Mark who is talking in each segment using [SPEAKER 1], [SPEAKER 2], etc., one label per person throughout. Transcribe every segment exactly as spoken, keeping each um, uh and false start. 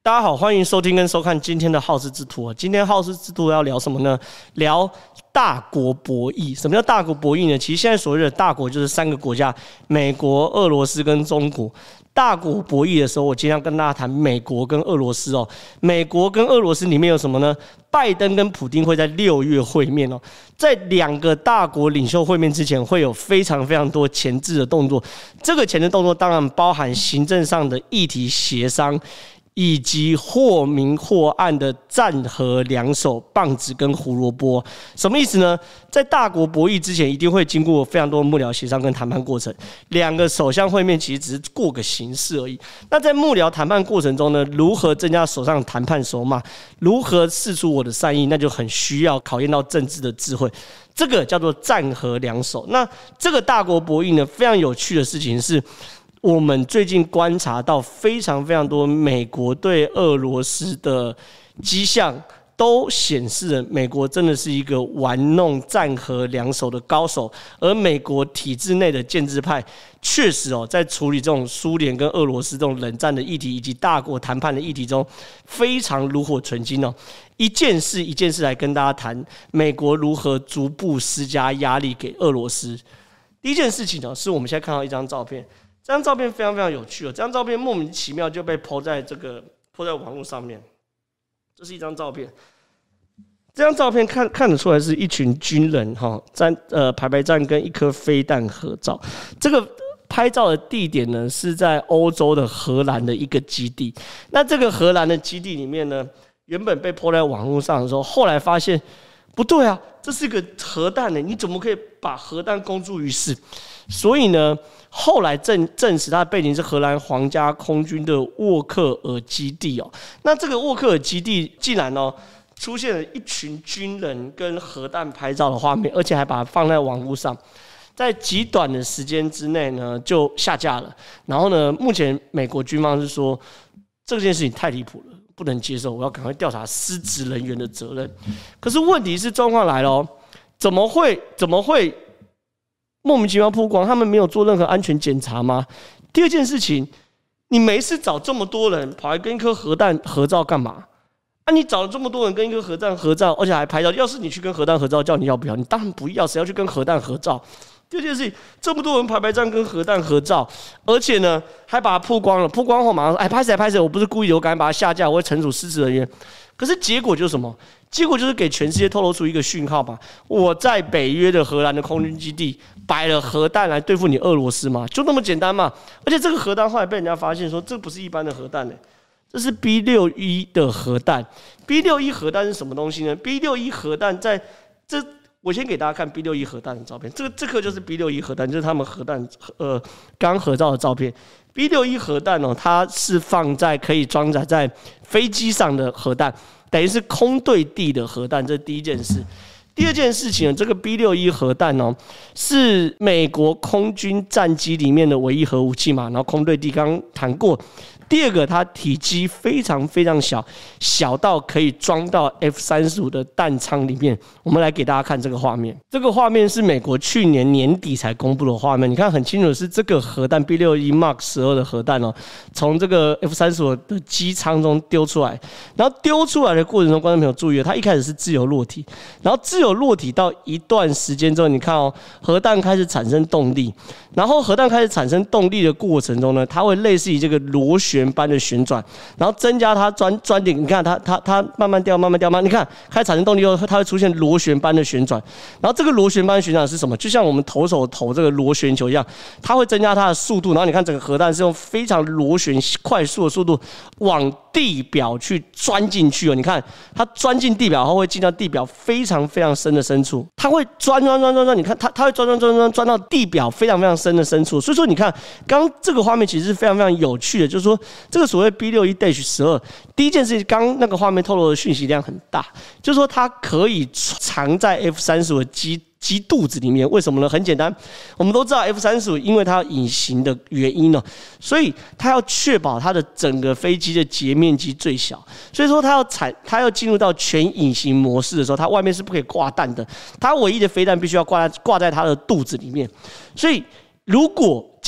[SPEAKER 1] 大家好，欢迎收听跟收看今天的好事之徒。今天好事之徒要聊什么呢？聊大国博弈。什么叫大国博弈呢？其实现在所谓的大国就是三个国家：美国、俄罗斯跟中国。大国博弈的时候，我今天要跟大家谈美国跟俄罗斯哦。美国跟俄罗斯里面有什么呢？拜登跟普丁会在六月会面哦。在两个大国领袖会面之前，会有非常非常多前置的动作。这个前置动作当然包含行政上的议题协商，以及或明或暗的战和两手棒子跟胡萝卜。什么意思呢？在大国博弈之前，一定会经过非常多的幕僚协商跟谈判过程。两个首相会面其实只是过个形式而已。那在幕僚谈判过程中呢，如何增加手上谈判筹码，如何释出我的善意，那就很需要考验到政治的智慧。这个叫做战和两手。那这个大国博弈呢，非常有趣的事情是，我们最近观察到非常非常多美国对俄罗斯的迹象，都显示了美国真的是一个玩弄战和两手的高手，而美国体制内的建制派确实哦，在处理这种苏联跟俄罗斯这种冷战的议题以及大国谈判的议题中，非常炉火纯青哦。一件事一件事来跟大家谈美国如何逐步施加压力给俄罗斯。第一件事情呢，是我们现在看到一张照片。这张照片非常非常有趣哦，这张照片莫名其妙就被 po 在这个 po 在网络上面。这是一张照片，这张照片看看得出来是一群军人哈，在呃排排站跟一颗飞弹合照。这个拍照的地点呢是在欧洲的荷兰的一个基地。那这个荷兰的基地里面呢，原本被 po 在网络上的时候，后来发现不对啊，这是一个核弹呢，你怎么可以把核弹公诸于世？所以呢，后来 证, 证实他的背景是荷兰皇家空军的沃克尔基地哦。那这个沃克尔基地竟然哦出现了一群军人跟核弹拍照的画面，而且还把它放在网络上，在极短的时间之内呢就下架了。然后呢，目前美国军方是说这件事情太离谱了，不能接受，我要赶快调查失职人员的责任。可是问题是状况来了哦，怎么会怎么会？莫名其妙曝光，他们没有做任何安全检查吗？第二件事情，你没事找这么多人跑来跟一颗核弹合照干嘛？啊，你找了这么多人跟一颗核弹合照，而且还拍照，要是你去跟核弹合照，叫你要不要？你当然不要，谁要去跟核弹合照？第二件事情，这么多人排排站跟核弹合照，而且呢还把它曝光了，曝光后马上说，哎，拍谁拍谁，我不是故意的，我赶紧把它下架，我会惩处失职人员。可是结果就是什么？结果就是给全世界透露出一个讯号吧，我在北约的荷兰的空军基地摆了核弹来对付你俄罗斯嘛，就那么简单嘛。而且这个核弹后来被人家发现说，这不是一般的核弹呢，这是 B 六十一 的核弹。B 六十一 核弹是什么东西呢 ？B 六十一 核弹在这，我先给大家看 B 六十一 核弹的照片。这个这颗就是 B 六十一 核弹，就是他们核弹呃刚合照的照片。B 六十一 核弹哦，它是放在可以装载在飞机上的核弹。等于是空对地的核弹，这是第一件事。第二件事情，这个 B 六十一 核弹哦，是美国空军战机里面的唯一核武器嘛，然后空对地刚刚谈过。第二个，它体积非常非常小，小到可以装到 F 三十五 的弹仓里面。我们来给大家看这个画面，这个画面是美国去年年底才公布的画面。你看很清楚的是这个核弹 B 六十一 Mark 十二 的核弹哦，从这个 F 三十五 的机舱中丢出来，然后丢出来的过程中，观众朋友注意了，它一开始是自由落体，然后自由落体到一段时间之后，你看哦，核弹开始产生动力，然后核弹开始产生动力的过程中呢，它会类似于这个螺旋般的旋转，然后增加它钻钻点。你看它它它慢慢掉，慢慢掉，慢慢你看开始产生动力后，它会出现螺旋般的旋转。然后这个螺旋般的旋转是什么？就像我们投手投这个螺旋球一样，它会增加它的速度。然后你看整个核弹是用非常螺旋快速的速度往地表去钻进去哦。你看它钻进地表后会进到地表非常非常深的深处，它会钻钻钻钻钻。你看它它会钻钻钻钻钻到地表非常非常深的深处。所以说你看刚刚这个画面其实是非常非常有趣的，就是说这个所谓 B 六十一 十二， 第一件事情，刚刚那个画面透露的讯息量很大，就是说它可以藏在 F 三十五 的机机肚子里面。为什么呢？很简单，我们都知道 F 三十五 因为它有隐形的原因呢，所以它要确保它的整个飞机的截面积最小，所以说它要产它要进入到全隐形模式的时候，它外面是不可以挂弹的，它唯一的飞弹必须要挂在挂在它的肚子里面。所以如果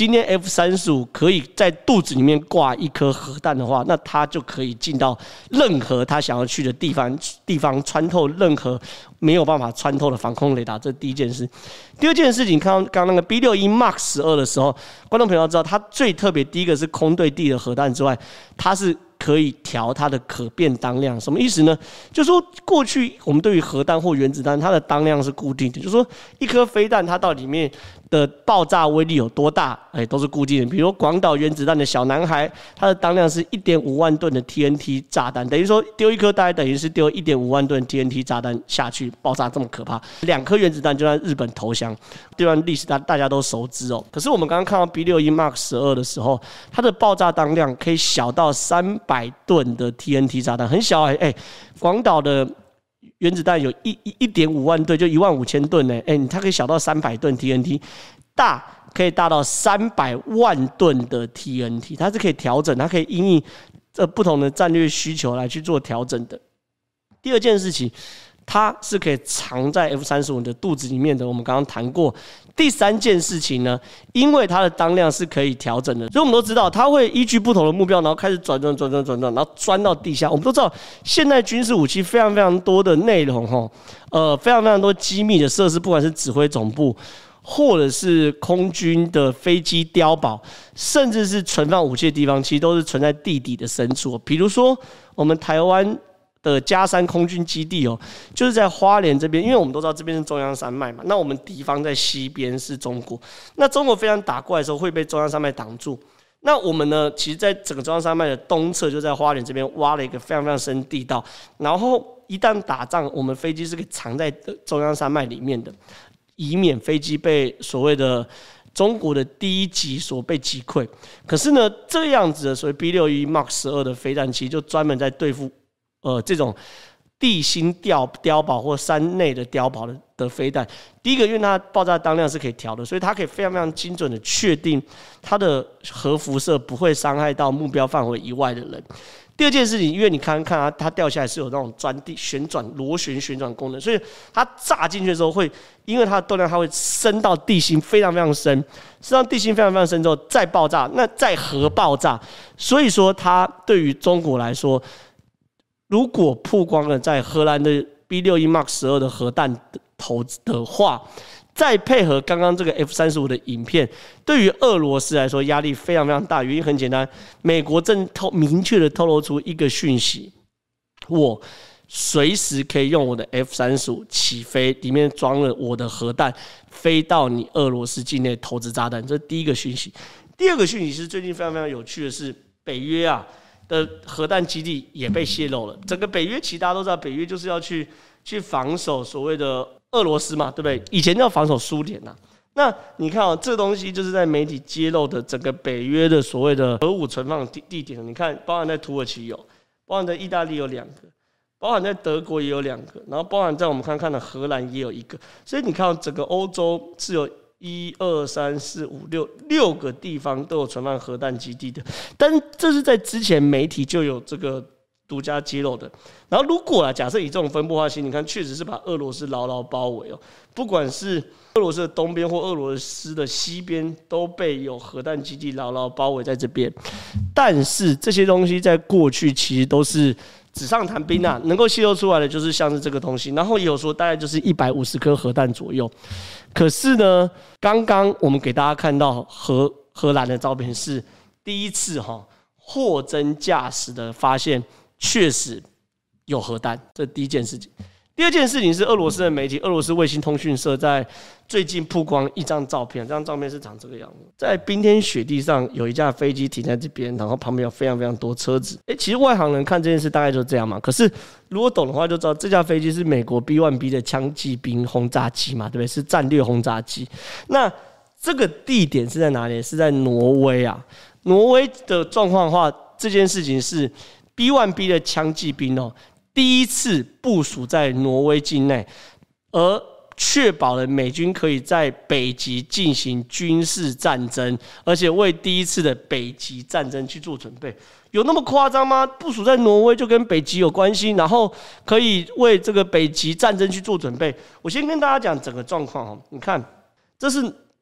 [SPEAKER 1] 今天 F 三十五可以在肚子里面挂一颗核弹的话，那它就可以进到任何它想要去的地方，地方穿透任何没有办法穿透的防空雷达。这是第一件事。第二件事情，看到刚刚那个 B 六十一 Mark 十二的时候，观众朋友要知道，它最特别，第一个是空对地的核弹之外，它是可以调它的可变当量。什么意思呢？就是说过去我们对于核弹或原子弹，它的当量是固定的，就是说一颗飞弹它到里面的爆炸威力有多大，哎，都是固定的。比如广岛原子弹的小男孩，它的当量是 一点五万吨的 T N T 炸弹，等于说丢一颗大概等于是丢 一点五万吨 T N T 炸弹下去，爆炸这么可怕。两颗原子弹就让日本投降，这段历史大大家都熟知哦。可是我们刚刚看到 B 六十一 Mark 十二的时候，它的爆炸当量可以小到三百吨的 T N T 炸弹，很小哎、欸、哎，广岛的原子弹有一一点五万吨，就一万五千吨呢，哎，它可以小到三百吨 T N T， 大可以大到三百万吨的 T N T， 它是可以调整，它可以因应这不同的战略需求来去做调整的。第二件事情，它是可以藏在 F 三十五 的肚子里面的，我们刚刚谈过。第三件事情呢，因为它的当量是可以调整的，所以我们都知道它会依据不同的目标，然后开始转转转转转转，然后钻到地下。我们都知道，现代军事武器非常非常多的内容，哈，呃，非常非常多机密的设施，不管是指挥总部，或者是空军的飞机碉堡，甚至是存放武器的地方，其实都是存在地底的深处。比如说，我们台湾的嘉山空军基地哦，就是在花莲这边，因为我们都知道这边是中央山脉嘛，那我们敌方在西边是中国，那中国飞弹打过来的时候会被中央山脉挡住。那我们呢，其实在整个中央山脉的东侧，就在花莲这边挖了一个非常非常深地道，然后一旦打仗，我们飞机是可以藏在中央山脉里面的，以免飞机被所谓的中国的第一级所被击溃。可是呢，这样子的所谓 B 六十一 Mark 十二的飞弹，其实就专门在对付呃，这种地心碉碉堡或山内的碉堡的的飞弹，第一个，因为它爆炸当量是可以调的，所以它可以非常非常精准的确定它的核辐射不会伤害到目标范围以外的人。第二件事情，因为你看看它，它掉下来是有那种钻地旋转螺旋旋转功能，所以它炸进去的时候会，因为它的动量，它会深到地心非常非常深，深到地心非常非常深之后再爆炸，那再核爆炸，所以说它对于中国来说，如果曝光了在荷兰的 B 六十一 Mark 十二的核弹头的话，再配合刚刚这个 F 三十五 的影片，对于俄罗斯来说压力非常非常大。原因很简单，美国正透明确的透露出一个讯息：我随时可以用我的 F 三十五 起飞，里面装了我的核弹，飞到你俄罗斯境内投掷炸弹。这是第一个讯息。第二个讯息是最近非常非常有趣的是，北约啊的核弹基地也被泄露了。整个北约，其实大家都知道，北约就是要去去防守所谓的俄罗斯嘛，对不对？以前叫防守苏联呐。那你看哦，这东西就是在媒体揭露的整个北约的所谓的核武存放地地点。你看，包含在土耳其有，包含在意大利有两个，包含在德国也有两个，然后包含在我们看看的荷兰也有一个。所以你看，整个欧洲是有一二三四五六六个地方都有存放核弹基地的，但这是在之前媒体就有这个独家揭露的。然后如果啊，假设以这种分布化性，你看确实是把俄罗斯牢牢包围哦，不管是俄罗斯的东边或俄罗斯的西边，都被有核弹基地牢牢包围在这边。但是这些东西在过去其实都是纸上谈兵啊，能够泄露出来的就是像是这个东西，然后也有说大概就是一百五十颗核弹左右。可是呢，刚刚我们给大家看到荷荷兰的照片是第一次哈货真价实的发现，确实有核弹，这是第一件事情。第二件事情是俄罗斯的媒体，俄罗斯卫星通讯社在最近曝光一张照片，这张照片是长这个样子，在冰天雪地上有一架飞机停在这边，然后旁边有非常非常多车子。哎，其实外行人看这件事大概就这样嘛。可是如果懂的话，就知道这架飞机是美国 B 一 B 的枪骑兵轰炸机嘛，对不对？是战略轰炸机。那这个地点是在哪里？是在挪威啊。挪威的状况的话，这件事情是 B 一 B 的枪骑兵哦，第一次部署在挪威境内，而确保了美军可以在北极进行军事战争，而且为第一次的北极战争去做准备。有那么夸张吗？部署在挪威就跟北极有关系，然后可以为这个北极战争去做准备？我先跟大家讲整个状况哦。你看，这是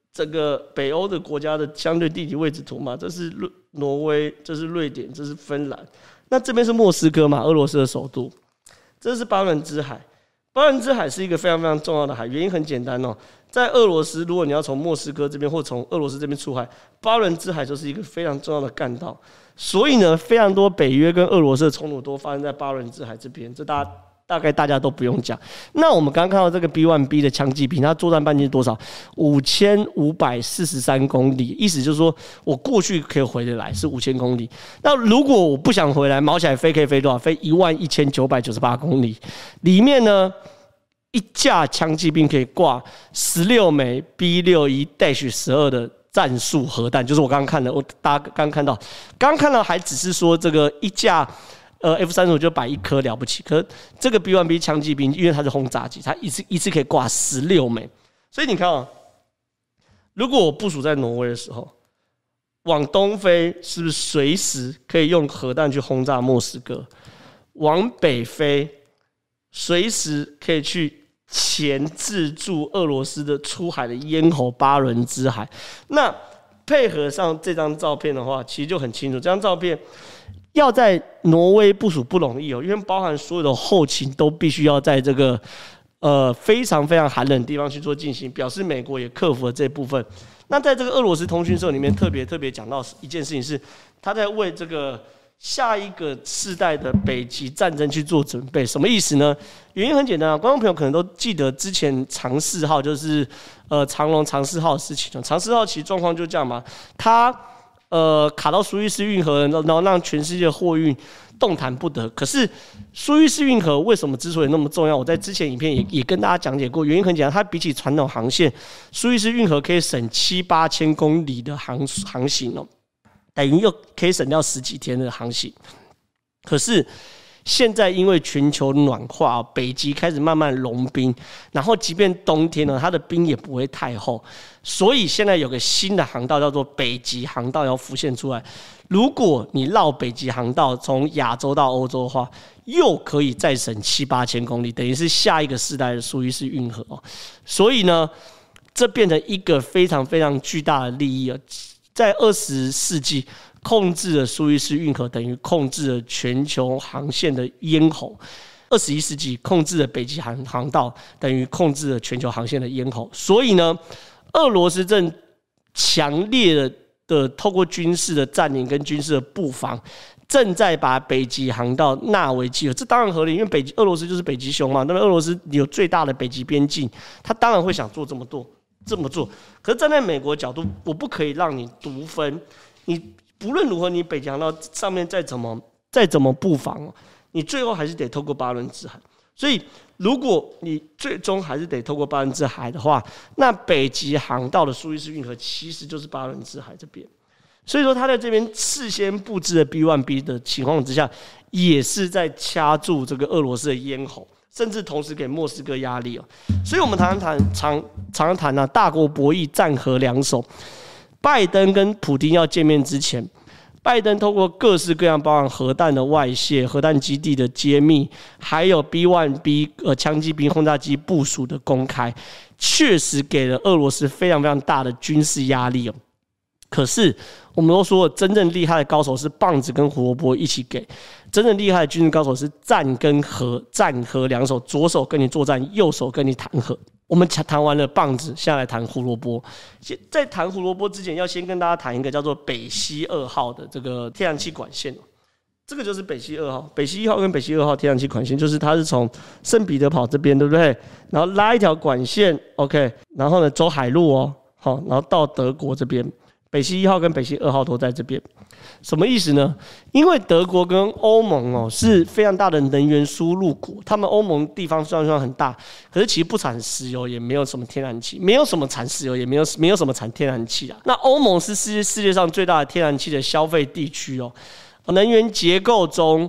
[SPEAKER 1] 整个北欧的国家的相对地理位置图嘛，这是挪威，这是瑞典，这是芬兰。那这边是莫斯科嘛，俄罗斯的首都。这是巴伦支海。巴伦支海是一个非常非常重要的海，原因很简单哦，在俄罗斯，如果你要从莫斯科这边或从俄罗斯这边出海，巴伦支海就是一个非常重要的干道。所以呢，非常多北约跟俄罗斯的冲突都发生在巴伦支海这边，这大家。大概大家都不用讲。那我们刚刚看到这个 B 一 B 的枪击兵，它作战半径是多少？五千五百四十三公里，意思就是说我过去可以回得来是五千公里。那如果我不想回来，毛起来飞可以飞多少？飞一万一千九百九十八公里。里面呢，一架枪击兵可以挂十六枚 B 六十一 十二 的战术核弹，就是我刚刚看的，我大家刚刚看到，刚刚看到还只是说这个一架。呃 ，F 三十五就摆一颗了不起，可是这个 B 一 B 枪击兵，因为它是轰炸机，它一次一次可以挂十六枚，所以你看啊、哦，如果我部署在挪威的时候，往东飞是不是随时可以用核弹去轰炸莫斯科？往北飞，随时可以去钳制住俄罗斯的出海的咽喉巴伦支海。那配合上这张照片的话，其实就很清楚，这张照片。要在挪威部署不容易哦，因为包含所有的后勤都必须要在这个呃非常非常寒冷的地方去做进行，表示美国也克服了这部分。那在这个俄罗斯通讯社里面特别特别讲到一件事情是，他在为这个下一个世代的北极战争去做准备。什么意思呢？原因很简单啊，观众朋友可能都记得之前长四号就是呃长龙长四号的事情。长四号其实状况就这样嘛，它。呃，卡到苏伊士运河，然后让全世界货运动弹不得。可是苏伊士运河为什么之所以那么重要？我在之前影片也也跟大家讲解过，原因很简单，它比起传统航线，苏伊士运河可以省七八千公里的航航行哦，等于又可以省掉十几天的航行。可是现在因为全球暖化，北极开始慢慢融冰，然后即便冬天呢，它的冰也不会太厚，所以现在有个新的航道叫做北极航道要浮现出来。如果你绕北极航道从亚洲到欧洲的话，又可以再省七八千公里，等于是下一个世代的苏伊士运河哦。所以呢，这变成一个非常非常巨大的利益啊！在二十世纪。控制了苏伊士运河，等于控制了全球航线的咽喉。二十一世纪控制了北极航航道，等于控制了全球航线的咽喉。所以呢，俄罗斯正强烈的的透过军事的占领跟军事的布防，正在把北极航道纳为己有。这当然合理，因为北极俄罗斯就是北极熊嘛，那么俄罗斯有最大的北极边境，他当然会想做这么多这么做。可是站在美国角度，我不可以让你独分，你。不论如何，你北极航道上面再怎么再怎么布防，你最后还是得透过巴伦支海。所以，如果你最终还是得透过巴伦支海的话，那北极航道的苏伊士运河其实就是巴伦支海这边。所以说，他在这边事先布置的 B 一 B 的情况之下，也是在掐住这个俄罗斯的咽喉，甚至同时给莫斯科压力哦。所以我们常常谈常常谈啊，大国博弈，战和两手。拜登跟普丁要见面之前，拜登透过各式各样包含核弹的外泄、核弹基地的揭秘，还有 B 一 B 呃枪击兵轰炸机部署的公开，确实给了俄罗斯非常非常大的军事压力哦。可是我们都说，真正厉害的高手是棒子跟胡萝卜一起给，真正厉害的军事高手是战跟和，战和两手，左手跟你作战，右手跟你谈和。我们谈完了棒子，现在来谈胡萝卜。在谈胡萝卜之前，要先跟大家谈一个叫做北溪二号的这个天然气管线。这个就是北溪二号，北溪一号跟北溪二号天然气管线，就是它是从圣彼得堡这边，对不对？然后拉一条管线 ，OK， 然后呢走海路哦，好，然后到德国这边。北溪一号跟北溪二号都在这边，什么意思呢？因为德国跟欧盟哦是非常大的能源输入国，他们欧盟地方虽然说很大，可是其实不产石油，也没有什么天然气，没有什么产石油，也没有没有什么产天然气啊。那欧盟是世界世界上最大的天然气的消费地区哦，能源结构中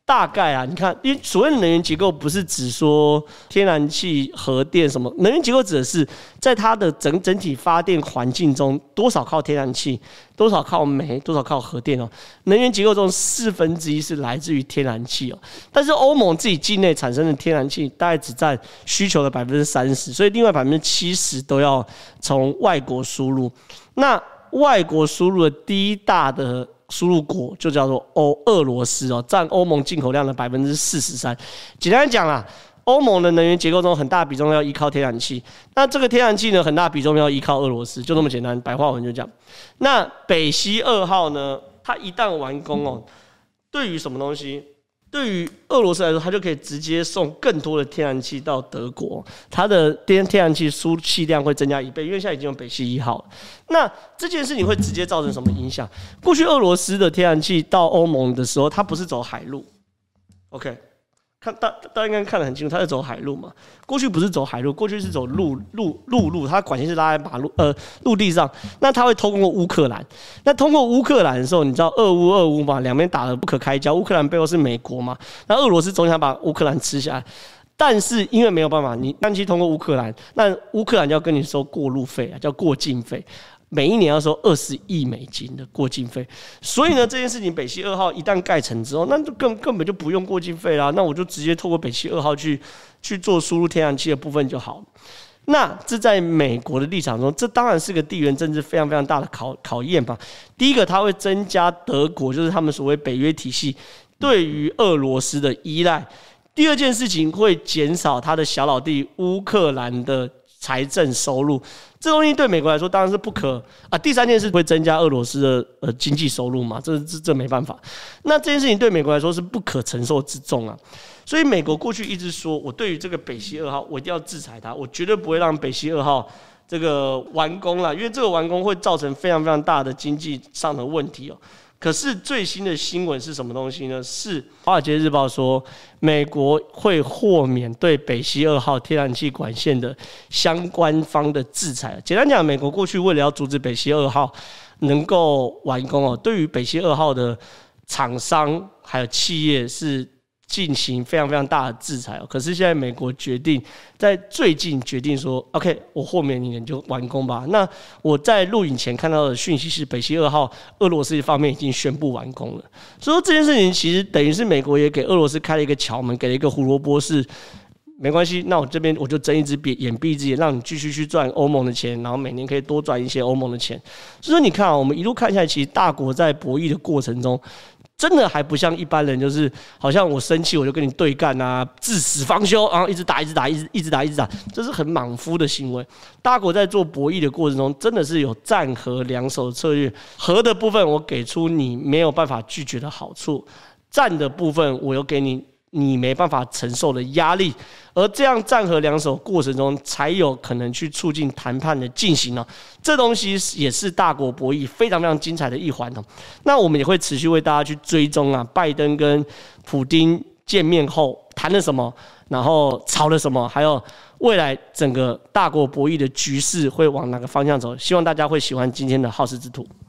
[SPEAKER 1] 大概啊，你看，因为所谓的能源结构不是指说天然气、核电什么，能源结构指的是在它的整整体发电环境中，多少靠天然气，多少靠煤，多少靠核电哦。能源结构中四分之一是来自于天然气哦，但是欧盟自己境内产生的天然气大概只占需求的百分之三十，所以另外百分之七十都要从外国输入。那外国输入的第一大的输入国就叫做欧俄罗斯哦，占欧盟进口量的百分之四十三。简单讲啦，欧盟的能源结构中很大比重要依靠天然气，那这个天然气呢，很大比重要依靠俄罗斯，就这么简单，白话文就这样。那北溪二号呢，它一旦完工哦，对于什么东西？对于俄罗斯来说，它就可以直接送更多的天然气到德国，它的天天然气输气量会增加一倍，因为现在已经有北溪一号了。那这件事情会直接造成什么影响？过去俄罗斯的天然气到欧盟的时候，它不是走海路 ，OK。看大大家应该看得很清楚，它是走海路嘛？过去不是走海路，过去是走陆陆陆路，它管线是拉在马路呃陆地上，那它会通过乌克兰。那通过乌克兰的时候，你知道俄乌俄乌嘛，两边打得不可开交，乌克兰背后是美国嘛，那俄罗斯总想把乌克兰吃下来，但是因为没有办法，你天然气通过乌克兰，那乌克兰就要跟你收过路费啊，叫过境费。每一年要收二十亿美金的过境费，所以呢，这件事情北溪二号一旦盖成之后，那就根根本就不用过境费啦，那我就直接透过北溪二号去去做输入天然气的部分就好。那这在美国的立场中，这当然是个地缘政治非常非常大的考考验吧。第一个，它会增加德国，就是他们所谓北约体系对于俄罗斯的依赖。第二件事情会减少他的小老弟乌克兰的财政收入，这东西对美国来说当然是不可啊。第三件事会增加俄罗斯的呃经济收入嘛，这这这没办法。那这件事情对美国来说是不可承受之重啊。所以美国过去一直说，我对于这个北溪二号，我一定要制裁它，我绝对不会让北溪二号这个完工啦，因为这个完工会造成非常非常大的经济上的问题哦。可是最新的新闻是什么东西呢？是《华尔街日报》说，美国会豁免对北溪二号天然气管线的相关方的制裁。简单讲，美国过去为了要阻止北溪二号能够完工哦，对于北溪二号的厂商还有企业是进行非常非常大的制裁哦。可是现在美国决定在最近决定说 ，OK， 我豁免你，你就完工吧。那我在录影前看到的讯息是，北溪二号俄罗斯方面已经宣布完工了。所以说这件事情其实等于是美国也给俄罗斯开了一个桥门，给了一个胡萝卜是。没关系，那我这边我就睁一只眼闭一只眼，让你继续去赚欧盟的钱，然后每年可以多赚一些欧盟的钱。所以说你看啊，我们一路看下来，其实大国在博弈的过程中，真的还不像一般人，就是好像我生气我就跟你对干啊，至死方休，然后一直打一直打一直一直打一直打，这是很莽夫的行为。大国在做博弈的过程中，真的是有战和两手的策略。和的部分我给出你没有办法拒绝的好处，战的部分我又给你你没办法承受的压力，而这样战和两手过程中，才有可能去促进谈判的进行呢。这东西也是大国博弈非常非常精彩的一环哦。那我们也会持续为大家去追踪啊，拜登跟普丁见面后谈了什么，然后吵了什么，还有未来整个大国博弈的局势会往哪个方向走。希望大家会喜欢今天的好事之徒。